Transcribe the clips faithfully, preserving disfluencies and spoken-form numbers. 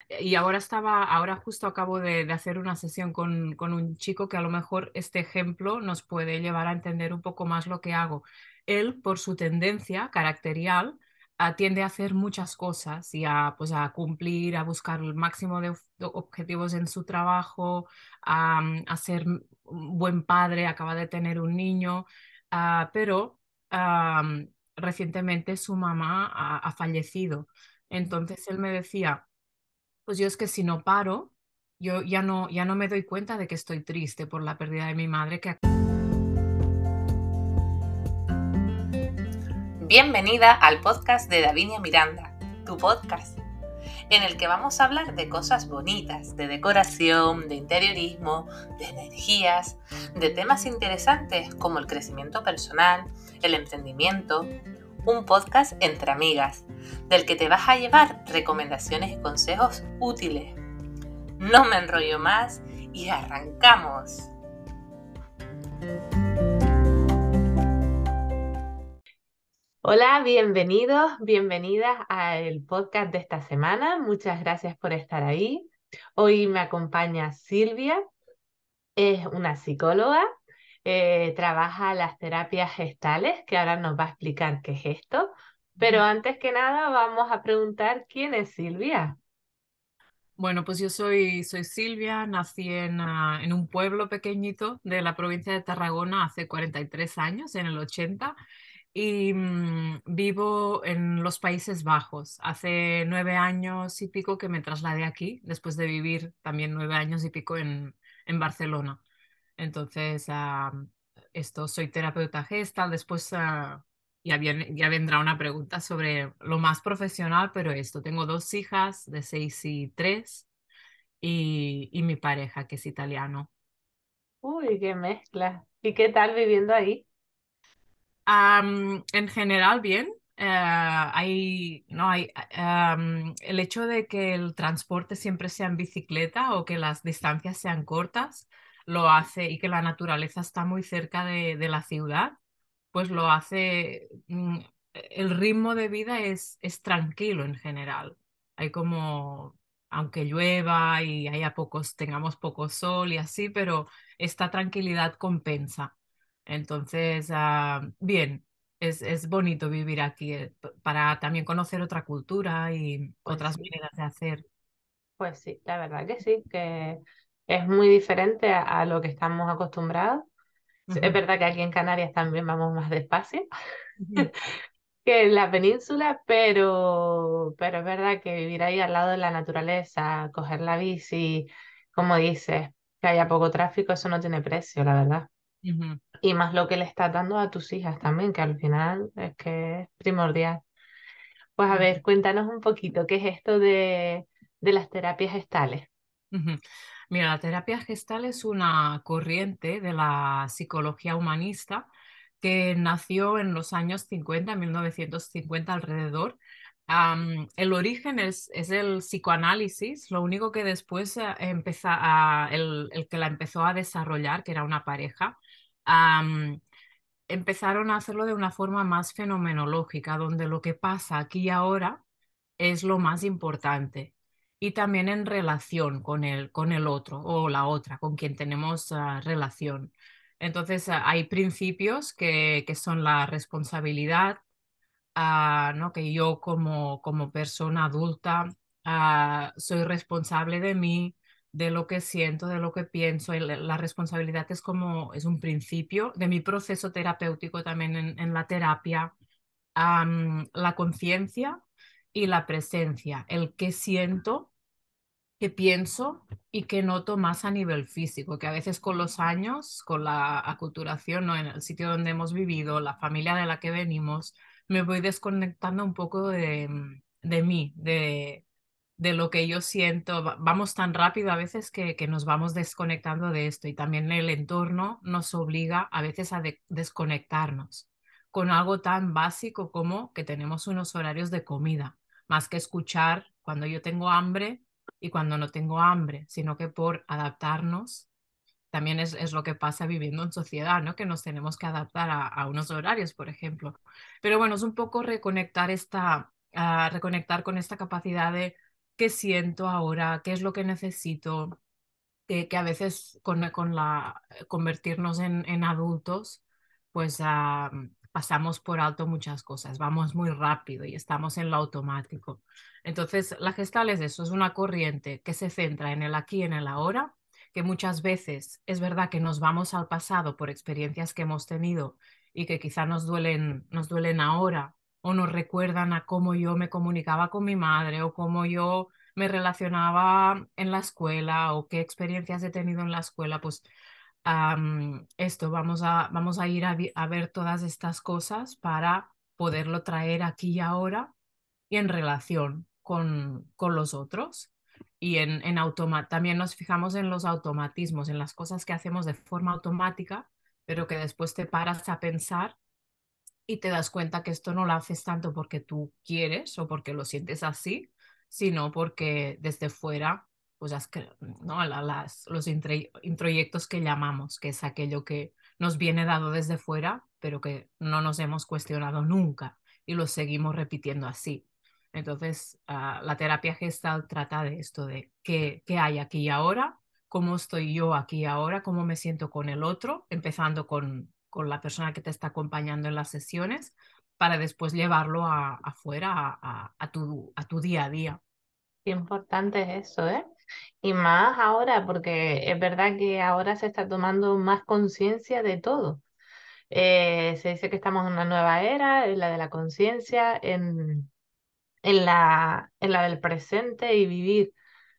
Y ahora estaba, ahora justo acabo de, de hacer una sesión con, con un chico que a lo mejor este ejemplo nos puede llevar a entender un poco más lo que hago. Él, por su tendencia caracterial, ah, tiende a hacer muchas cosas y a, pues, a cumplir, a buscar el máximo de of- de objetivos en su trabajo, a, mm, a ser un buen padre, acaba de tener un niño, ah, pero ah, recientemente su mamá ha ha fallecido. Entonces él me decía, pues yo es que si no paro, yo ya no, ya no me doy cuenta de que estoy triste por la pérdida de mi madre. Que... Bienvenida al podcast de Davinia Miranda, tu podcast, en el que vamos a hablar de cosas bonitas, de decoración, de interiorismo, de energías, de temas interesantes como el crecimiento personal, el emprendimiento, un podcast entre amigas, del que te vas a llevar recomendaciones y consejos útiles. No me enrollo más y arrancamos. Hola, bienvenidos, bienvenidas al podcast de esta semana. Muchas gracias por estar ahí. Hoy me acompaña Silvia, es una psicóloga, eh, trabaja las terapias gestales, que ahora nos va a explicar qué es esto. Pero antes que nada, vamos a preguntar quién es Silvia. Bueno, pues yo soy, soy Silvia, nací en, ah, en un pueblo pequeñito de la provincia de Tarragona hace cuarenta y tres años, en el ochenta, y mm, vivo en los Países Bajos. Hace nueve años y pico que me trasladé aquí, después de vivir también nueve años y pico en, en Barcelona. Entonces, ah, esto, soy terapeuta gestal. Después ah, ya, viene- ya vendrá una pregunta sobre lo más profesional, pero esto, tengo dos hijas de seis y tres y, y mi pareja que es italiano. Uy, qué mezcla. ¿Y qué tal viviendo ahí? Am, en general, bien. Eh, hay, no hay, am, el hecho de que el transporte siempre sea en bicicleta o que las distancias sean cortas, lo hace y que la naturaleza está muy cerca de, de la ciudad, pues lo hace, mm, el ritmo de vida es, es tranquilo en general. Hay como, aunque llueva y haya pocos, tengamos poco sol y así, pero esta tranquilidad compensa. Entonces, ah, bien, es, es bonito vivir aquí eh, p- para también conocer otra cultura y Pues otras sí, maneras de hacer. pues sí, la verdad que sí, que es muy diferente a, a lo que estamos acostumbrados. Sí, es Ujú, verdad que aquí en Canarias también vamos más despacio ujú, que en la península, pero, pero es verdad que vivir ahí al lado de la naturaleza, coger la bici, como dices, que haya poco tráfico, eso no tiene precio, la verdad. ujú, Y más lo que le estás dando a tus hijas también, que al final es que es primordial. Pues a ver, ujú, cuéntanos un poquito, ¿qué es esto de, de las terapias gestales? ujú. Mira, la terapia gestal es una corriente de la psicología humanista que nació en los años cincuenta, mil novecientos cincuenta alrededor. Am, el origen es, es el psicoanálisis, lo único que después eh, empeza a- el, el que la empezó a desarrollar, que era una pareja, am, empezaron a hacerlo de una forma más fenomenológica, donde lo que pasa aquí y ahora es lo más importante. Y también en relación con el, con el otro o la otra, con quien tenemos ah, relación. Entonces, ah, hay principios que, que son la responsabilidad, ah, ¿no? Que yo como, como persona adulta ah, soy responsable de mí, de lo que siento, de lo que pienso. El- la responsabilidad es como, es un principio de mi proceso terapéutico también en, en la terapia. Am, la conciencia y la presencia, el que siento, que pienso y que noto más a nivel físico, que a veces con los años, con la aculturación, ¿no? En el sitio donde hemos vivido, la familia de la que venimos, me voy desconectando un poco de, mm, de mí, de, de lo que yo siento. Va- Vamos tan rápido a veces que, que nos vamos desconectando de esto y también el entorno nos obliga a veces a de- desconectarnos con algo tan básico como que tenemos unos horarios de comida, más que escuchar cuando yo tengo hambre y cuando no tengo hambre, sino que por adaptarnos, también es, es lo que pasa viviendo en sociedad, ¿no? Que nos tenemos que adaptar a, a unos horarios, por ejemplo. Pero bueno, es un poco reconectar esta, ah, reconectar con esta capacidad de, qué siento ahora, qué es lo que necesito, que, que a veces con, con la convertirnos en, en adultos, pues ah, pasamos por alto muchas cosas, vamos muy rápido y estamos en lo automático. Entonces, la gestal es eso, es una corriente que se centra en el aquí y en el ahora, que muchas veces es verdad que nos vamos al pasado por experiencias que hemos tenido y que quizá nos duelen, nos duelen ahora o nos recuerdan a cómo yo me comunicaba con mi madre o cómo yo me relacionaba en la escuela o qué experiencias he tenido en la escuela, pues am, esto, vamos a, vamos a ir a, vi- a ver todas estas cosas para poderlo traer aquí y ahora y en relación con, con los otros. Y en, en automa- también nos fijamos en los automatismos, en las cosas que hacemos de forma automática, pero que después te paras a pensar y te das cuenta que esto no lo haces tanto porque tú quieres o porque lo sientes así, sino porque desde fuera, pues has cre- ¿no? La- las, los intre- introyectos que llamamos, que es aquello que nos viene dado desde fuera, pero que no nos hemos cuestionado nunca y lo seguimos repitiendo así. Entonces, ah, la terapia gestal trata de esto, de qué, qué hay aquí y ahora, cómo estoy yo aquí y ahora, cómo me siento con el otro, empezando con, con la persona que te está acompañando en las sesiones, para después llevarlo a- afuera, a, a- a tu, a tu día a día. Qué importante es eso, ¿eh? Y más ahora, porque es verdad que ahora se está tomando más conciencia de todo. Eh, se dice que estamos en una nueva era, en la de la conciencia, en, en la, en la del presente y vivir,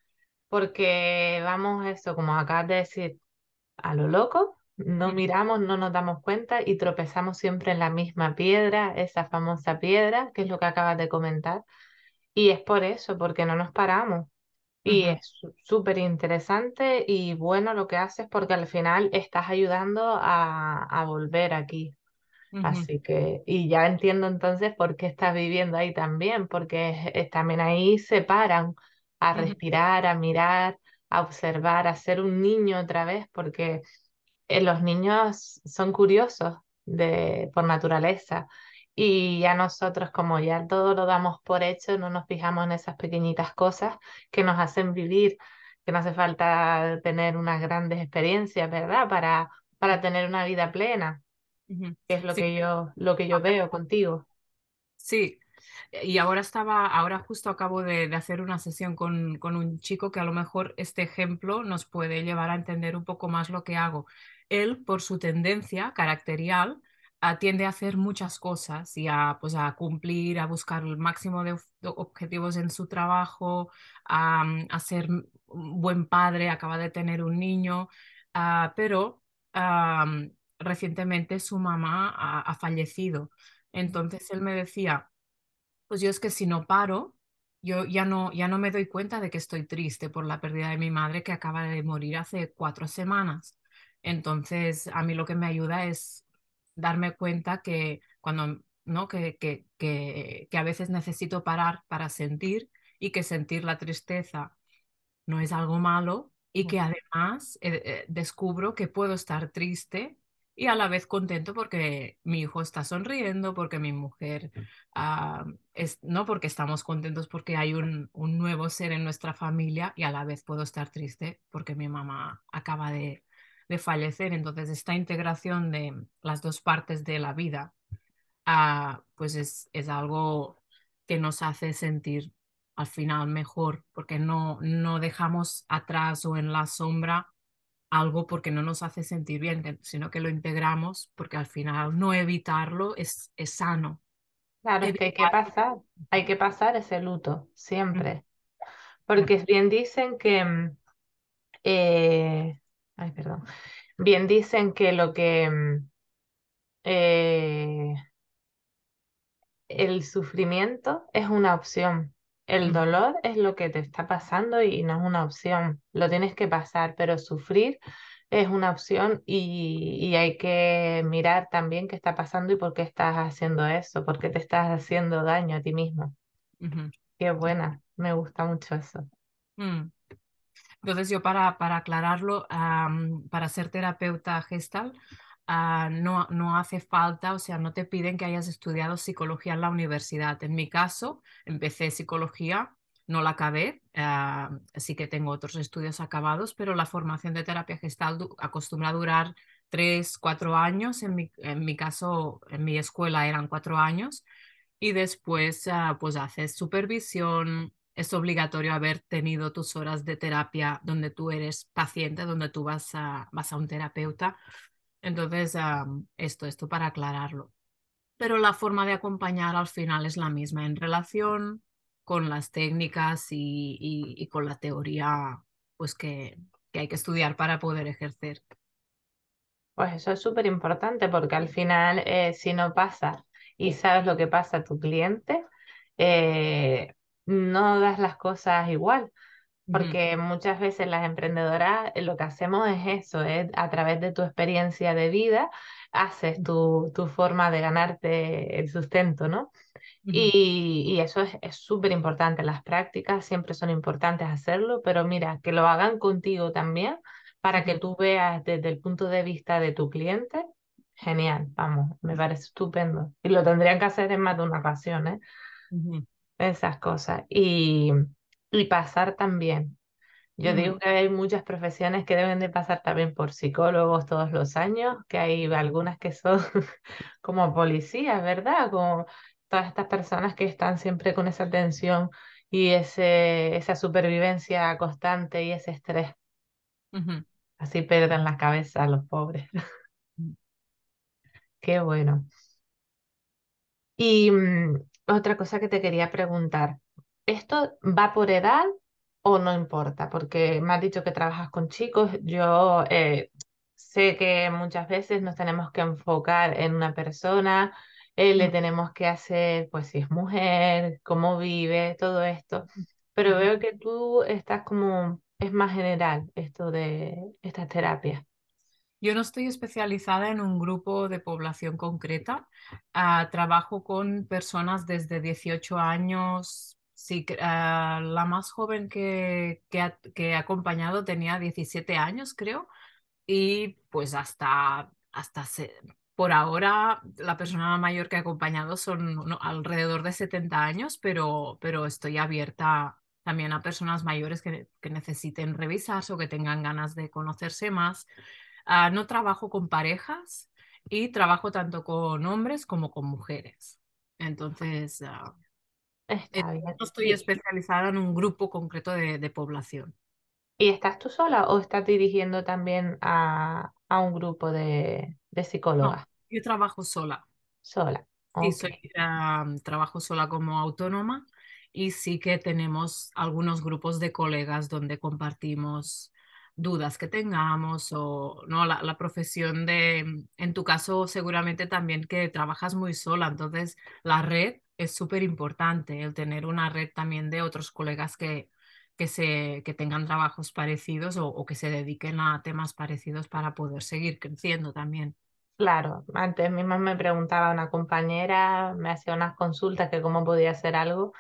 porque vamos eso, como acabas de decir, a lo loco, no Mm, miramos, no nos damos cuenta y tropezamos siempre en la misma piedra, esa famosa piedra, que es lo que acabas de comentar. Y es por eso, porque no nos paramos. Y ujú, es su- súper interesante y bueno lo que haces porque al final estás ayudando a, a volver aquí. ujú, Así que, y ya entiendo entonces por qué estás viviendo ahí también, porque es- es- también ahí se paran a ujú, respirar, a mirar, a observar, a ser un niño otra vez, porque eh, los niños son curiosos de, por naturaleza y ya nosotros como ya todo lo damos por hecho, no nos fijamos en esas pequeñitas cosas que nos hacen vivir, que no hace falta tener unas grandes experiencias, ¿verdad? Para, para tener una vida plena, ujú. que es lo Sí, que yo, lo que yo veo contigo. sí, y ahora estaba, ahora justo acabo de, de hacer una sesión con, con un chico que a lo mejor este ejemplo nos puede llevar a entender un poco más lo que hago. Él, por su tendencia caracterial, ah, tiende a hacer muchas cosas y a, pues, a cumplir, a buscar el máximo de, of- de objetivos en su trabajo, a, a ser un buen padre, acaba de tener un niño, ah, pero ah, recientemente su mamá ha ha fallecido. Entonces él me decía, pues yo es que si no paro, yo ya no, ya no me doy cuenta de que estoy triste por la pérdida de mi madre que acaba de morir hace cuatro semanas. Entonces a mí lo que me ayuda es darme cuenta que cuando, ¿no? Que, que, que, que a veces necesito parar para sentir y que sentir la tristeza no es algo malo y que además eh, eh, descubro que puedo estar triste y a la vez contento porque mi hijo está sonriendo, porque mi mujer, ah, es, no porque estamos contentos porque hay un, un nuevo ser en nuestra familia y a la vez puedo estar triste porque mi mamá acaba de, de fallecer. Entonces, esta integración de las dos partes de la vida ah, pues es, es algo que nos hace sentir al final mejor, porque no, no dejamos atrás o en la sombra algo porque no nos hace sentir bien, que- sino que lo integramos porque al final no evitarlo es, es sano. Claro, es que hay que Evitar. pasar, hay que pasar ese luto, Mm, siempre. mm, Porque bien dicen que, mm, eh, ay, perdón, bien dicen que lo que, mm, eh, el sufrimiento es una opción. El mm, dolor es lo que te está pasando y no es una opción. Lo tienes que pasar, pero sufrir es una opción y, y hay que mirar también qué está pasando y por qué estás haciendo eso, por qué te estás haciendo daño a ti mismo. ujú. Qué buena, me gusta mucho eso. Mm. Entonces yo para, para aclararlo, am, para ser terapeuta gestal, ah, no, no hace falta, o sea, no te piden que hayas estudiado psicología en la universidad. En mi caso, empecé psicología no la acabé, ah, sí que tengo otros estudios acabados, pero la formación de terapia gestal du- acostumbra a durar tres, cuatro años. En mi, en mi caso, en mi escuela eran cuatro años. Y después, ah, pues haces supervisión. Es obligatorio haber tenido tus horas de terapia donde tú eres paciente, donde tú vas a, vas a un terapeuta. Entonces, ah, esto, esto para aclararlo. Pero la forma de acompañar al final es la misma en relación con las técnicas y, y- y con la teoría, pues que, que hay que estudiar para poder ejercer. Pues eso es súper importante porque al final, eh, si no pasa y sabes lo que pasa a tu cliente, eh, no das las cosas igual. Ujú, Porque muchas veces las emprendedoras eh, lo que hacemos es eso, es a través de tu experiencia de vida, haces tu, tu forma de ganarte el sustento, ¿no? ujú, Y, y eso es es súper importante. Las prácticas siempre son importantes hacerlo, pero mira, que lo hagan contigo también para que ujú, tú veas desde el punto de vista de tu cliente. Genial, vamos, me parece estupendo. Y lo tendrían que hacer en más de una ocasión, ¿eh? ujú, Esas cosas. Y, y pasar también. Yo ujú, digo que hay muchas profesiones que deben de pasar también por psicólogos todos los años, que hay algunas que son como policías, ¿verdad? Como todas estas personas que están siempre con esa tensión y ese, esa supervivencia constante y ese estrés. ujú, Así pierden la cabeza los pobres. ujú. Qué bueno. Y mm, otra cosa que te quería preguntar, ¿esto va por edad o no importa? Porque me has dicho que trabajas con chicos, yo eh, sé que muchas veces nos tenemos que enfocar en una persona, eh, le tenemos que hacer, pues si es mujer, cómo vive, todo esto, pero Ujú. veo que tú estás como, es más general esto de estas terapias. Yo no estoy especializada en un grupo de población concreta. Ah, trabajo con personas desde dieciocho años. Sí, que, ah, la más joven que, que, ha- que he acompañado tenía diecisiete años, creo. Y pues hasta, hasta se- por ahora la persona mayor que he acompañado son no, alrededor de setenta años, pero, pero estoy abierta también a personas mayores que, que necesiten revisarse o que tengan ganas de conocerse más. Ah, no trabajo con parejas y trabajo tanto con hombres como con mujeres. Entonces, ah, eh, Está bien. no estoy ¿Y, especializada en un grupo concreto de, de población. y estás tú sola o estás dirigiendo también a, a un grupo de, de No, psicólogas? yo trabajo sola. Sola. Sí, Ok. soy, ah, trabajo sola como autónoma y sí que tenemos algunos grupos de colegas donde compartimos dudas que tengamos o no, la, la profesión de, en tu caso seguramente también que trabajas muy sola, entonces la red es súper importante, el tener una red también de otros colegas que, que, se, que tengan trabajos parecidos o, o que se dediquen a temas parecidos para poder seguir creciendo también. Claro, antes mismo me preguntaba una compañera, me hacía unas consultas que cómo podía hacer algo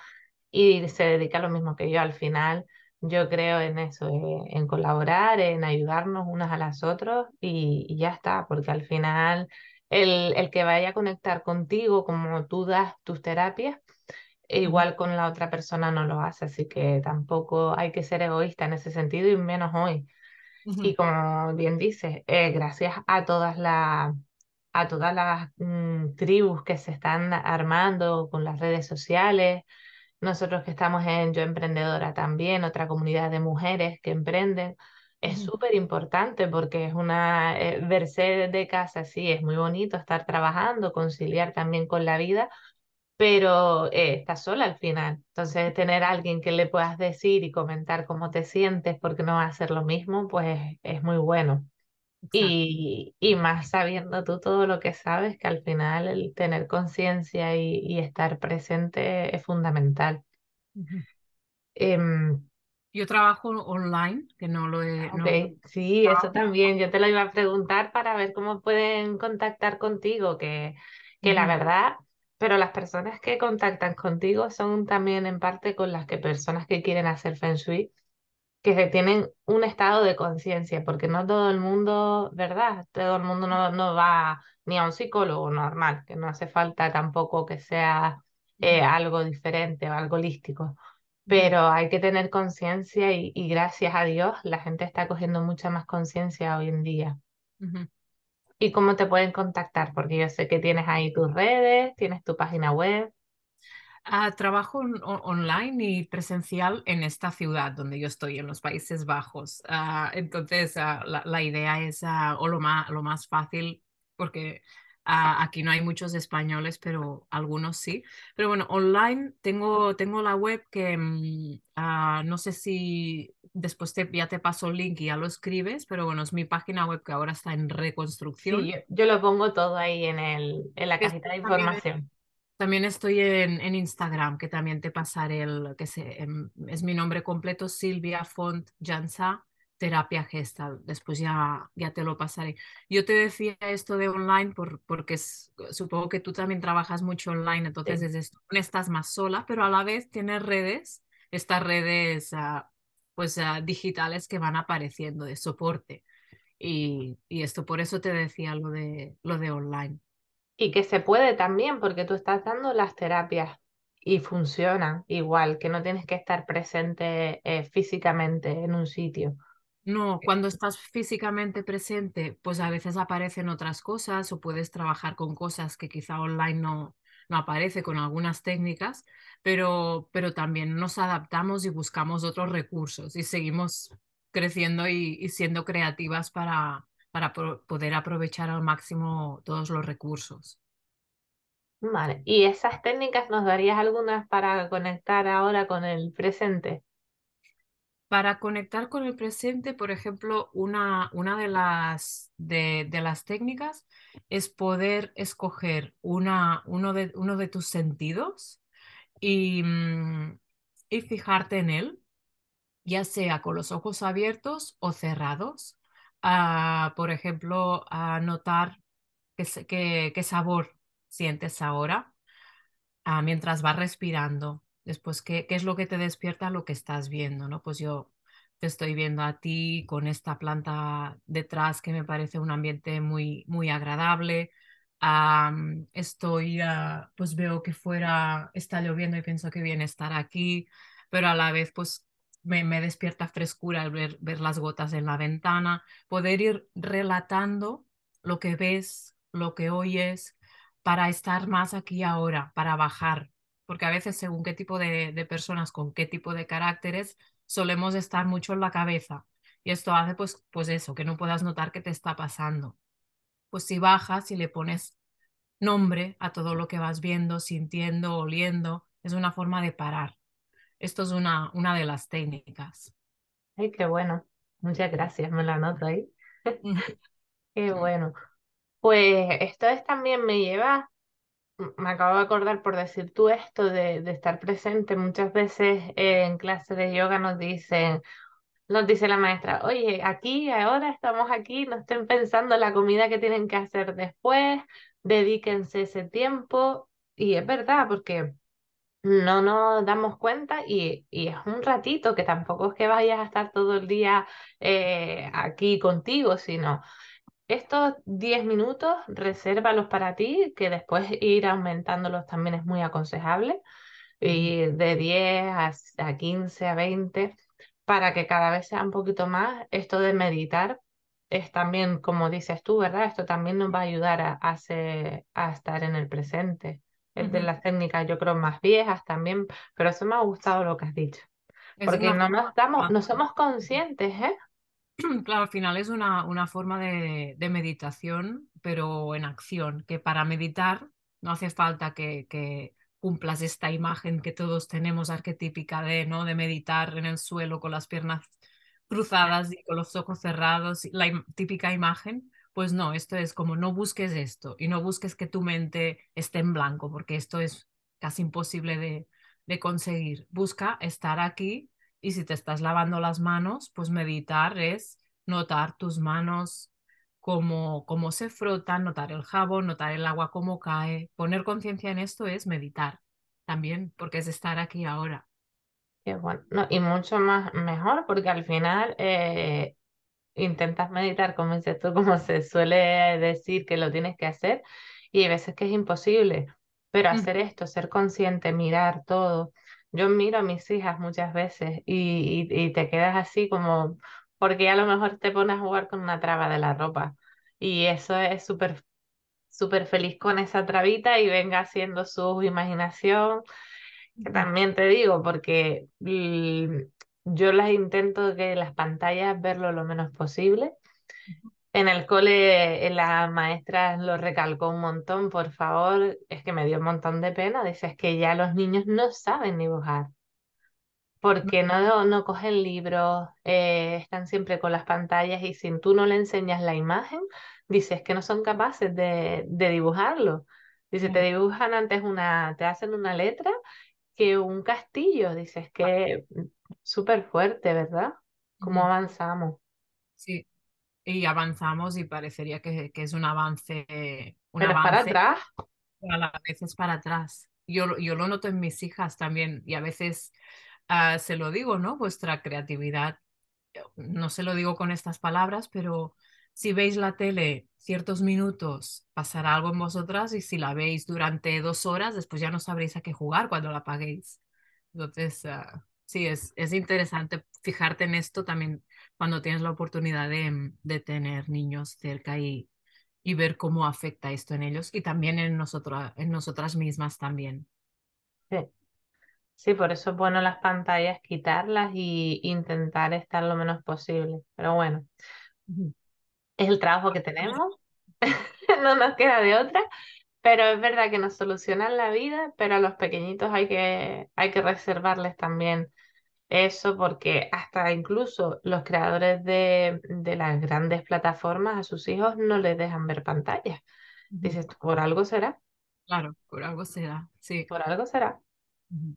y se dedica a lo mismo que yo. Al final, yo creo en eso, eh, en colaborar, en ayudarnos unas a las otras y, y ya está, porque al final el, el que vaya a conectar contigo, como tú das tus terapias, e Ujú, igual con la otra persona no lo hace, así que tampoco hay que ser egoísta en ese sentido y menos hoy. Y ujú, como bien dices, eh, gracias a todas las a todas las mm, tribus que se están armando con las redes sociales, nosotros que estamos en Yo Emprendedora también, otra comunidad de mujeres que emprenden, es ujú, súper importante porque es una, eh, verse de casa, sí, es muy bonito estar trabajando, conciliar también con la vida, pero eh, estás sola al final. Entonces, tener a alguien que le puedas decir y comentar cómo te sientes porque no va a hacer lo mismo, pues es muy bueno. exacto. Y, y más sabiendo tú todo lo que sabes, que al final el tener conciencia y, y estar presente es fundamental. Ujú. Em, Yo trabajo online, que no lo he, ok, no lo he sí, eso contado. también. Yo te lo iba a preguntar para ver cómo pueden contactar contigo, que, que la Ujú, verdad, pero las personas que contactan contigo son también en parte con las que personas que quieren hacer Feng Shui que se tienen un estado de conciencia, porque no todo el mundo, ¿verdad? Todo el mundo no, no va ni a un psicólogo normal, que no hace falta tampoco que sea eh, ujú, algo diferente o algo holístico, Ujú, pero hay que tener conciencia y, y gracias a Dios la gente está cogiendo mucha más conciencia hoy en día. ujú. ¿Y cómo te pueden contactar? Porque yo sé que tienes ahí tus redes, tienes tu página web. Ah, trabajo on- o- online y presencial en esta ciudad donde yo estoy, en los Países Bajos. Ah, entonces, ah, la, la idea es, ah, o lo más, lo más fácil, porque ah, aquí no hay muchos españoles, pero algunos sí. Pero bueno, online tengo, tengo la web que mm, ah, no sé si después te, ya te paso el link y ya lo escribes, pero bueno, es mi página web que ahora está en Sí, reconstrucción. yo, yo lo pongo todo ahí en el, en la cajita Estoy de también información. también estoy en, en Instagram, que también te pasaré el, que se, em, es mi nombre completo, Silvia Font Jansa, Terapia Gestal. Después ya, ya te lo pasaré. Yo te decía esto de online por, porque es- supongo que tú también trabajas mucho online, entonces Sí. desde esto no estás más sola, pero a la vez tienes redes, estas redes ah, pues, ah, digitales que van apareciendo de soporte. Y, y esto por eso te decía lo de, lo de online. Y que se puede también, porque tú estás dando las terapias y funcionan igual, que no tienes que estar presente eh, físicamente en un sitio. No, cuando estás físicamente presente, pues a veces aparecen otras cosas o puedes trabajar con cosas que quizá online no, no aparece con algunas técnicas, pero, pero también nos adaptamos y buscamos otros recursos y seguimos creciendo y, y siendo creativas para, para pro- poder aprovechar al máximo todos los recursos. Vale. ¿Y esas técnicas nos darías algunas para conectar ahora con el presente? Para conectar con el presente, por ejemplo, una, una de las, de, de las técnicas es poder escoger una, uno de, uno de tus sentidos y, mm, y fijarte en él, ya sea con los ojos abiertos o cerrados. Ah, por ejemplo, a notar qué, se- qué, qué sabor sientes ahora ah, mientras vas respirando. Después, ¿qué, qué es lo que te despierta lo que estás viendo, ¿no? Pues yo te estoy viendo a ti con esta planta detrás que me parece un ambiente muy, muy agradable. Am, estoy, ah, pues veo que fuera está lloviendo y pienso que bien estar aquí, pero a la vez, pues me, me despierta frescura al ver, ver las gotas en la ventana, poder ir relatando lo que ves, lo que oyes para estar más aquí y ahora, para bajar, porque a veces según qué tipo de, de personas, con qué tipo de caracteres, solemos estar mucho en la cabeza y esto hace pues, pues eso, que no puedas notar qué te está pasando. Pues si bajas y le pones nombre a todo lo que vas viendo, sintiendo, oliendo, es una forma de parar. Esto es una, una de las técnicas. Ay, qué bueno. Muchas gracias, me la anoto ahí. Qué bueno. Pues esto es también me lleva, m- me acabo de acordar por decir tú esto de, de estar presente. Muchas veces eh, en clase de yoga nos dicen, nos dice la maestra, oye, aquí, ahora estamos aquí, no estén pensando en la comida que tienen que hacer después, dedíquense ese tiempo. Y es verdad, porque no nos damos cuenta y, y es un ratito, que tampoco es que vayas a estar todo el día eh, aquí contigo, sino estos diez minutos, resérvalos para ti, que después ir aumentándolos también es muy aconsejable, Ujú, y de diez a, a quince, a veinte, para que cada vez sea un poquito más. Esto de meditar es también, como dices tú, ¿verdad? Esto también nos va a ayudar a, a, hacer- a estar en el presente. Es de ujú. las técnicas, yo creo, más viejas también, pero eso me ha gustado lo que has dicho, Es porque una no nos damos, forma. no somos conscientes, ¿eh? Claro, al final es una, una forma de, de meditación, pero en acción, que para meditar no hace falta que, que cumplas esta imagen que todos tenemos arquetípica de, ¿no? De meditar en el suelo con las piernas cruzadas y con los ojos cerrados, la im- típica imagen. Pues no, esto es como no busques esto y no busques que tu mente esté en blanco, porque esto es casi imposible de, de conseguir. Busca estar aquí y si te estás lavando las manos, pues meditar es notar tus manos, cómo, cómo se frotan, notar el jabón, notar el agua cómo cae. Poner conciencia en esto es meditar también, porque es estar aquí ahora. Qué bueno. No, y mucho más mejor, porque al final eh, intentas meditar, como dices tú, como se suele decir que lo tienes que hacer, y hay veces que es imposible. Pero Mm, hacer esto, ser consciente, mirar todo, Yo miro a mis hijas muchas veces y, y, y te quedas así como, porque a lo mejor te pones a jugar con una traba de la ropa y eso es súper, súper feliz con esa trabita y venga haciendo su imaginación, que Ujú, también te digo, porque mm, yo las intento que las pantallas verlo lo menos posible. ujú, En el cole, eh, la maestra lo recalcó un montón, por favor, es que me dio un montón de pena. Dice, es que ya los niños no saben dibujar, porque no, no cogen libros, eh, están siempre con las pantallas y si tú no le enseñas la imagen, dices que no son capaces de, de dibujarlo. Dice, te ujú. dibujan antes una, te hacen una letra que un castillo. Dices que mm, súper fuerte, ¿verdad? ¿Cómo Ujú. avanzamos? Sí, y avanzamos y parecería que, que es un avance, un Pero es para avance, atrás. pero a la vez es para atrás. Yo, lo- yo lo noto en mis hijas también y a veces ah, se lo digo, ¿no? Vuestra creatividad, no se lo digo con estas palabras, pero si veis la tele ciertos minutos, pasará algo en vosotras y si la veis durante dos horas, después ya no sabréis a qué jugar cuando la apaguéis. Entonces, ah, sí, es, es interesante fijarte en esto también cuando tienes la oportunidad de, de tener niños cerca y, y ver cómo afecta esto en ellos y también en nosotros, en nosotras mismas también. Sí. Sí, por eso es bueno las pantallas, quitarlas y intentar estar lo menos posible. Pero bueno, Ujú. es el trabajo que tenemos, no nos queda de otra, pero es verdad que nos solucionan la vida, pero a los pequeñitos hay que, hay que reservarles también eso, porque hasta incluso los creadores de, de las grandes plataformas a sus hijos no les dejan ver pantallas. Ujú. Dices, por algo será, Claro, por algo será, sí. por algo será. Ujú.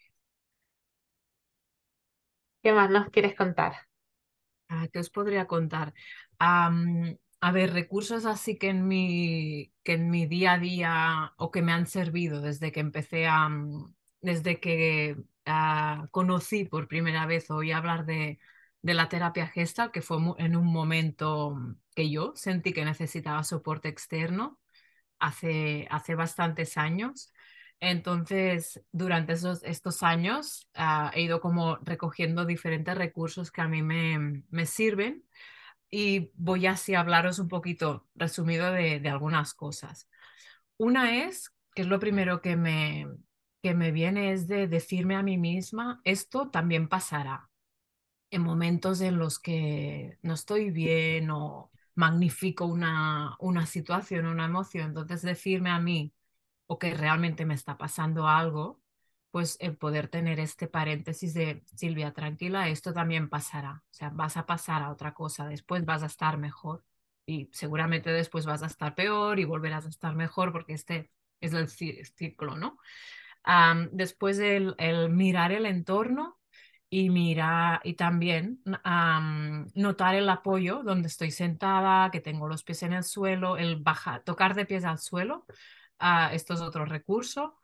¿Qué más nos quieres contar? Ah, ¿qué os podría contar? Am, a ver, recursos así que en mi, que en mi día a día o que me han servido desde que empecé a, mm, desde que ah, conocí por primera vez, oí hablar de, de la terapia Gestalt, que fue mu- en un momento mm, que yo sentí que necesitaba soporte externo hace, hace bastantes años. Entonces, durante esos, estos años, ah, he ido como recogiendo diferentes recursos que a mí me, me sirven y voy así a hablaros un poquito resumido de, de algunas cosas. Una es, que es lo primero que me, que me viene, es de decirme a mí misma, esto también pasará en momentos en los que no estoy bien o magnifico una, una situación, una emoción. Entonces, decirme a mí o que realmente me está pasando algo, pues el poder tener este paréntesis de Silvia, tranquila, esto también pasará. O sea, vas a pasar a otra cosa, después vas a estar mejor y seguramente después vas a estar peor y volverás a estar mejor porque este es el ci- ciclo, ¿no? Am, después el, el mirar el entorno y mirar y también am, notar el apoyo donde estoy sentada, que tengo los pies en el suelo, el bajar, tocar de pies al suelo. Ah, esto es otro recurso.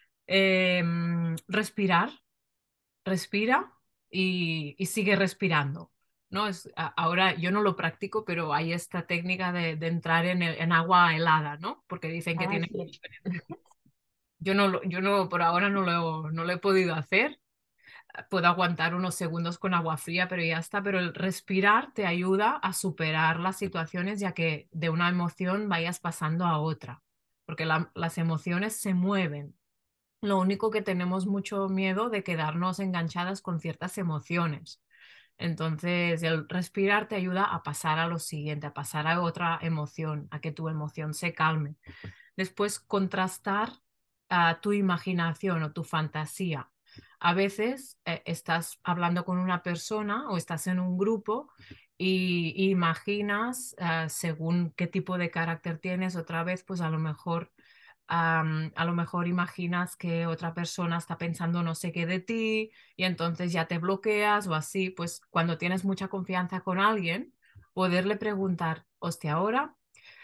Em, respirar, respira y, y sigue respirando. ¿No? Es, a- ahora yo no lo practico, pero hay esta técnica de, de entrar en, el- en agua helada, ¿no? Porque dicen que Ah, tiene sí. yo no, lo- yo no, por ahora no lo, no lo he podido hacer. Puedo aguantar unos segundos con agua fría, pero ya está. Pero el respirar te ayuda a superar las situaciones, ya que de una emoción vayas pasando a otra, porque la- las emociones se mueven. Lo único que tenemos mucho miedo de quedarnos enganchadas con ciertas emociones. Entonces, el respirar te ayuda a pasar a lo siguiente, a pasar a otra emoción, a que tu emoción se calme. Después, contrastar ah, tu imaginación o tu fantasía. A veces eh, estás hablando con una persona o estás en un grupo y, y imaginas, ah, según qué tipo de carácter tienes, otra vez, pues a lo mejor, am, a lo mejor imaginas que otra persona está pensando no sé qué de ti y entonces ya te bloqueas o así. Pues cuando tienes mucha confianza con alguien, poderle preguntar, hostia, ahora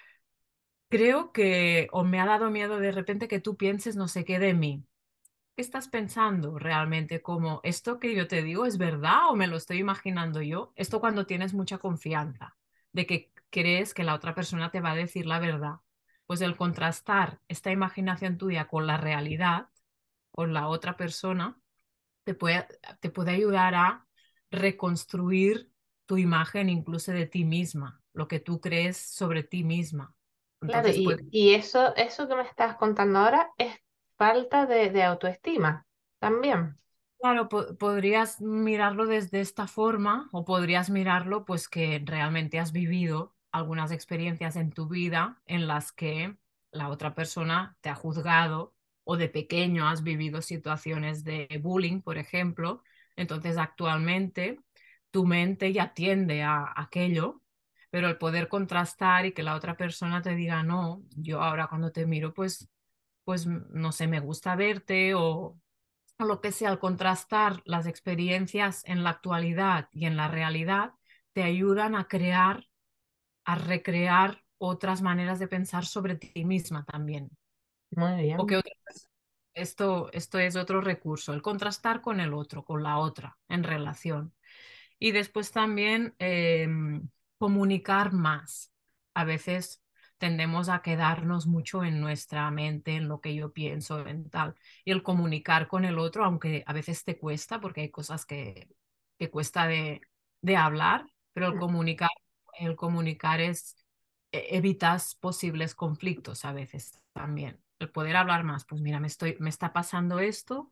creo que o me ha dado miedo de repente que tú pienses no sé qué de mí. ¿Qué estás pensando realmente? Como esto que yo te digo es verdad o me lo estoy imaginando yo. Esto cuando tienes mucha confianza de que crees que la otra persona te va a decir la verdad. Pues el contrastar esta imaginación tuya con la realidad, con la otra persona, te puede, te puede ayudar a reconstruir tu imagen incluso de ti misma, lo que tú crees sobre ti misma. Claro, Entonces, puede, y, y eso, eso que me estás contando ahora es falta de, de autoestima también. claro, po- podrías mirarlo desde esta forma o podrías mirarlo pues que realmente has vivido algunas experiencias en tu vida en las que la otra persona te ha juzgado o de pequeño has vivido situaciones de bullying, por ejemplo. Entonces, actualmente tu mente ya tiende a aquello, pero el poder contrastar y que la otra persona te diga, no, yo ahora cuando te miro, pues, pues no sé, me gusta verte o o lo que sea, al contrastar las experiencias en la actualidad y en la realidad, te ayudan a crear, a recrear otras maneras de pensar sobre ti misma también. Muy O que bien. otra- esto, esto es otro recurso, el contrastar con el otro, con la otra, en relación. Y después también em, comunicar más. A veces tendemos a quedarnos mucho en nuestra mente, en lo que yo pienso, en tal. Y el comunicar con el otro, aunque a veces te cuesta, porque hay cosas que, que cuesta de, de hablar, pero el comunicar, el comunicar es, e- evitas posibles conflictos a veces también. El poder hablar más, pues mira, me estoy, me está pasando esto.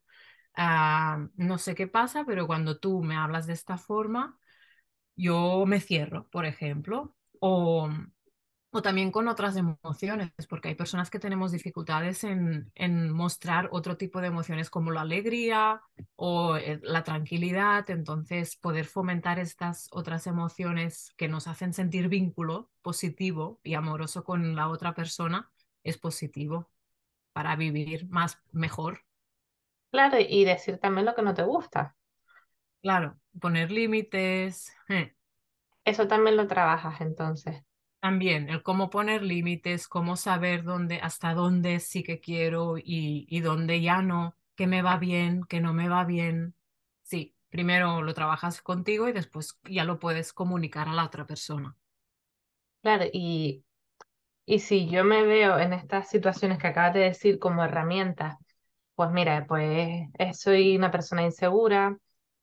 Ah, no sé qué pasa, pero cuando tú me hablas de esta forma, yo me cierro, por ejemplo, o, o también con otras emociones, porque hay personas que tenemos dificultades en, en mostrar otro tipo de emociones como la alegría o eh, la tranquilidad, entonces poder fomentar estas otras emociones que nos hacen sentir vínculo positivo y amoroso con la otra persona es positivo para vivir más mejor. Claro, y decir también lo que no te gusta. Claro, poner límites. eh, Eso también lo trabajas entonces. También el cómo poner límites, cómo saber dónde, hasta dónde sí que quiero y, y dónde ya no, qué me va bien, qué no me va bien. Sí, primero lo trabajas contigo y después ya lo puedes comunicar a la otra persona. Claro, y, y si yo me veo en estas situaciones que acabas de decir como herramientas, pues mira, pues eh, soy una persona insegura,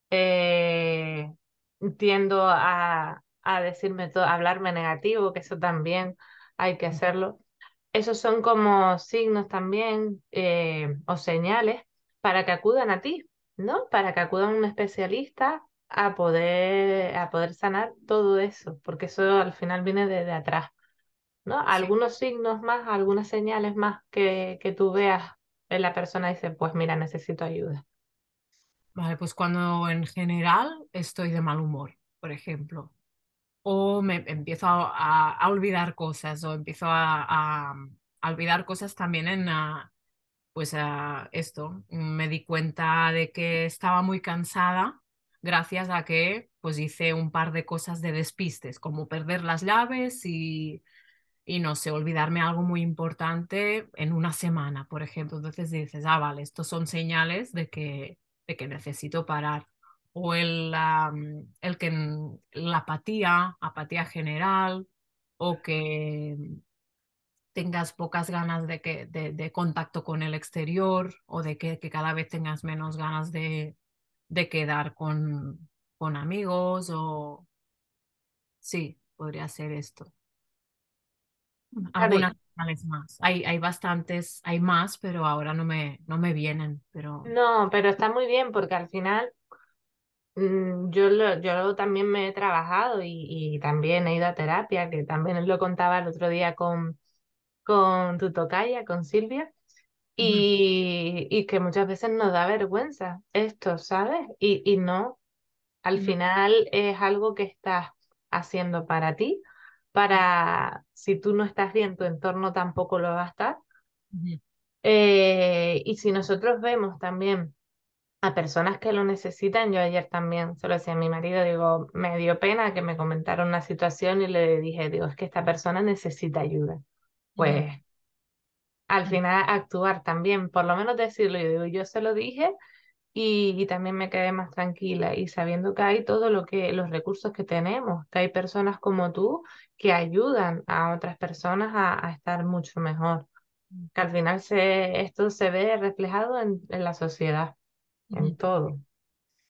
eh, tiendo a, a decirme todo, a hablarme negativo, que eso también hay que hacerlo. Esos son como signos también eh, o señales para que acudan a ti, ¿no? Para que acudan a un especialista a poder, a poder sanar todo eso, porque eso al final viene desde atrás, ¿no? Sí. Algunos signos más, algunas señales más que, que tú veas en la persona y dices, pues mira, necesito ayuda. Vale, pues cuando en general estoy de mal humor, por ejemplo, o me empiezo a, a- a olvidar cosas, o empiezo a, a- a olvidar cosas también en, ah, pues a esto, me di cuenta de que estaba muy cansada gracias a que pues hice un par de cosas de despistes, como perder las llaves y, y no sé, olvidarme algo muy importante en una semana, por ejemplo. Entonces dices, ah, vale, estos son señales de que, de que necesito parar. O el, am, el que n- la apatía, apatía general, o que tengas pocas ganas de, que, de, de contacto con el exterior o de que, que cada vez tengas menos ganas de, de quedar con, con amigos o sí, podría ser esto. Claro, Algunas y- señales más. Hay, hay bastantes, hay más, pero ahora no me, no me vienen, pero no, pero está muy bien porque al final mm, yo, lo, yo también me he trabajado y, y también he ido a terapia, que también lo contaba el otro día con, con tu tocaya, con Silvia, ujú, y, y que muchas veces nos da vergüenza esto, ¿sabes? Y, y no, al ujú, final es algo que estás haciendo para ti, para si tú no estás bien, tu entorno tampoco lo va a estar. ujú, Eh, y si nosotros vemos también a personas que lo necesitan, yo ayer también se lo decía a mi marido, digo, me dio pena que me comentaron una situación y le dije, digo, es que esta persona necesita ayuda. ujú, Pues al final actuar también, por lo menos decirlo, yo digo, yo se lo dije y, y también me quedé más tranquila y sabiendo que hay todo lo que, los recursos que tenemos, que hay personas como tú que ayudan a otras personas a, a estar mucho mejor, que al final se, esto se ve reflejado en, en la sociedad, ujú, en ujú. todo.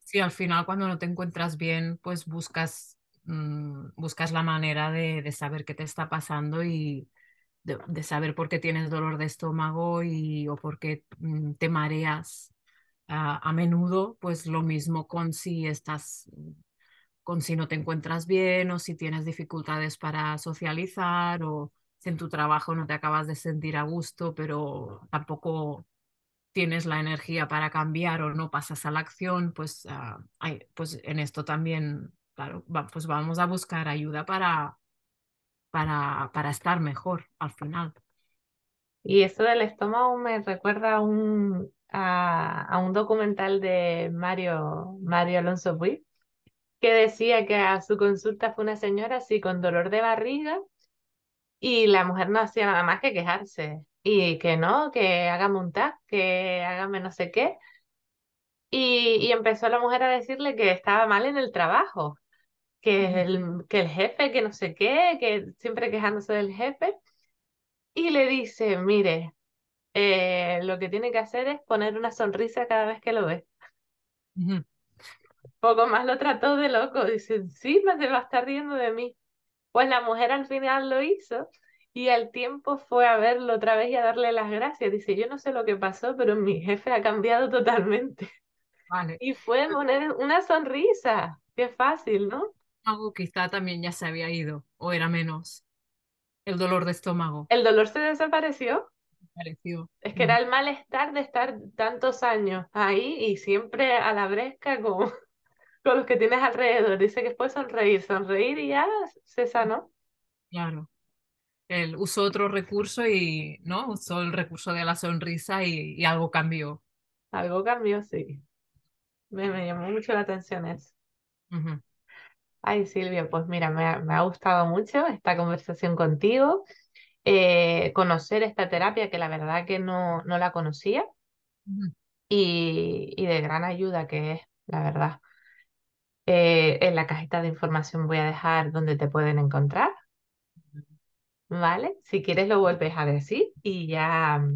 Sí, al final cuando no te encuentras bien, pues buscas, mm, buscas la manera de, de saber qué te está pasando y de, de saber por qué tienes dolor de estómago y, o por qué mm, te mareas a, a menudo, pues lo mismo con si estás, con si no te encuentras bien o si tienes dificultades para socializar o si en tu trabajo no te acabas de sentir a gusto, pero tampoco tienes la energía para cambiar o no pasas a la acción, pues, ah, hay- pues en esto también, claro, va- pues vamos a buscar ayuda para, para, para estar mejor al final. Y eso del estómago me recuerda a un, a, a un documental de Mario, Mario Alonso Puig, que decía que a su consulta fue una señora así con dolor de barriga y la mujer no hacía nada más que quejarse. Y que no, que hágame un tag, que hágame no sé qué. Y, y empezó la mujer a decirle que estaba mal en el trabajo, que Ujú, el, que el jefe, que no sé qué, que siempre quejándose del jefe. Y le dice, mire, eh, lo que tiene que hacer es poner una sonrisa cada vez que lo ve. ujú. Poco más lo trató de loco. Dice, sí, me se va a estar riendo de mí. Pues la mujer al final lo hizo y al tiempo fue a verlo otra vez y a darle las gracias. Dice, yo no sé lo que pasó, pero mi jefe ha cambiado totalmente. Vale. Y fue poner una sonrisa. Qué fácil, ¿no? Algo quizá también ya se había ido o era menos. El dolor de estómago El dolor se desapareció. pareció. Es que era Ujú. el malestar de estar tantos años ahí y siempre a la bresca con, con los que tienes alrededor. Dice que fue sonreír, sonreír y ya se sanó. Claro. Él usó otro recurso y, ¿no? Usó el recurso de la sonrisa y, y algo cambió. Algo cambió, sí. Me, me llamó mucho la atención eso. Ujú, Ay, Silvia, pues mira, me ha, me ha gustado mucho esta conversación contigo, eh, conocer esta terapia que la verdad que no, no la conocía ujú. y, y de gran ayuda que es, la verdad. Eh, en la cajita de información voy a dejar donde te pueden encontrar, ¿vale? Si quieres lo vuelves a decir y ya, mm,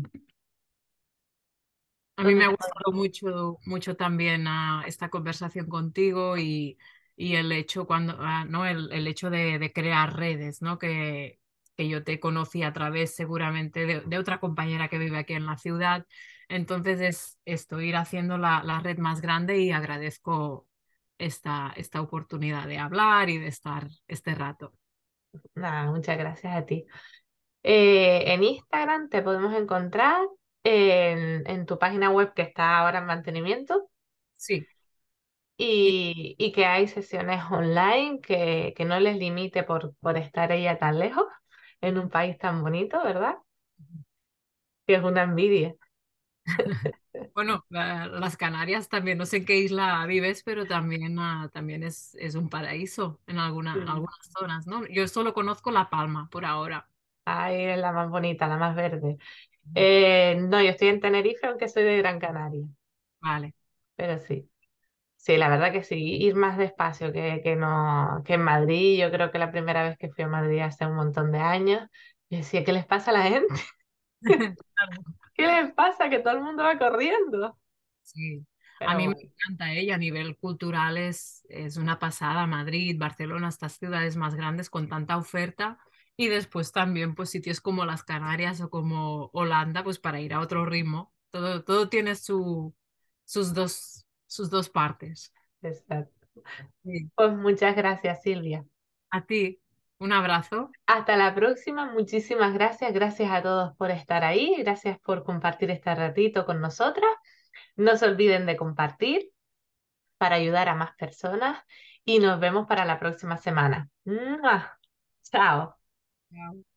A mí ¿dónde me ha te gustado pueden? mucho, mucho también ah, esta conversación contigo y, y el hecho cuando, ah, ¿no? El, el hecho de, de crear redes, ¿no? Que, que yo te conocí a través seguramente de, de otra compañera que vive aquí en la ciudad. Entonces es esto, ir haciendo la, la red más grande y agradezco esta, esta oportunidad de hablar y de estar este rato. Nada, muchas gracias a ti. Eh, en Instagram te podemos encontrar en, en tu página web que está ahora en mantenimiento Sí. Y, y, y que hay sesiones online que, que no les limite por, por estar ella tan lejos en un país tan bonito, ¿verdad? Que es una envidia. bueno, la- las Canarias también, no sé en qué isla vives, pero también, ah, también es, es un paraíso en alguna, en Sí. algunas zonas, ¿no? Yo solo conozco La Palma por ahora. Ahí es la más bonita, la más verde. Eh, no, yo estoy en Tenerife, aunque soy de Gran Canaria, Vale. pero sí. Sí, la verdad que sí, ir más despacio que, que no, que en Madrid. Yo creo que la primera vez que fui a Madrid hace un montón de años, yo decía, ¿qué les pasa a la gente? Claro. ¿Qué les pasa? Que todo el mundo va corriendo. Sí, a Pero mí me bueno, encanta ella, a nivel cultural es, es una pasada, Madrid, Barcelona, estas ciudades más grandes con tanta oferta y después también pues sitios como las Canarias o como Holanda pues para ir a otro ritmo, todo, todo tiene su, sus dos, sus dos partes. exacto. Sí. Pues muchas gracias, Silvia. A ti, un abrazo. Hasta la próxima, muchísimas gracias. Gracias a todos por estar ahí. Gracias por compartir este ratito con nosotras. No se olviden de compartir para ayudar a más personas y nos vemos para la próxima semana. ¡Mua! Chao. Chao.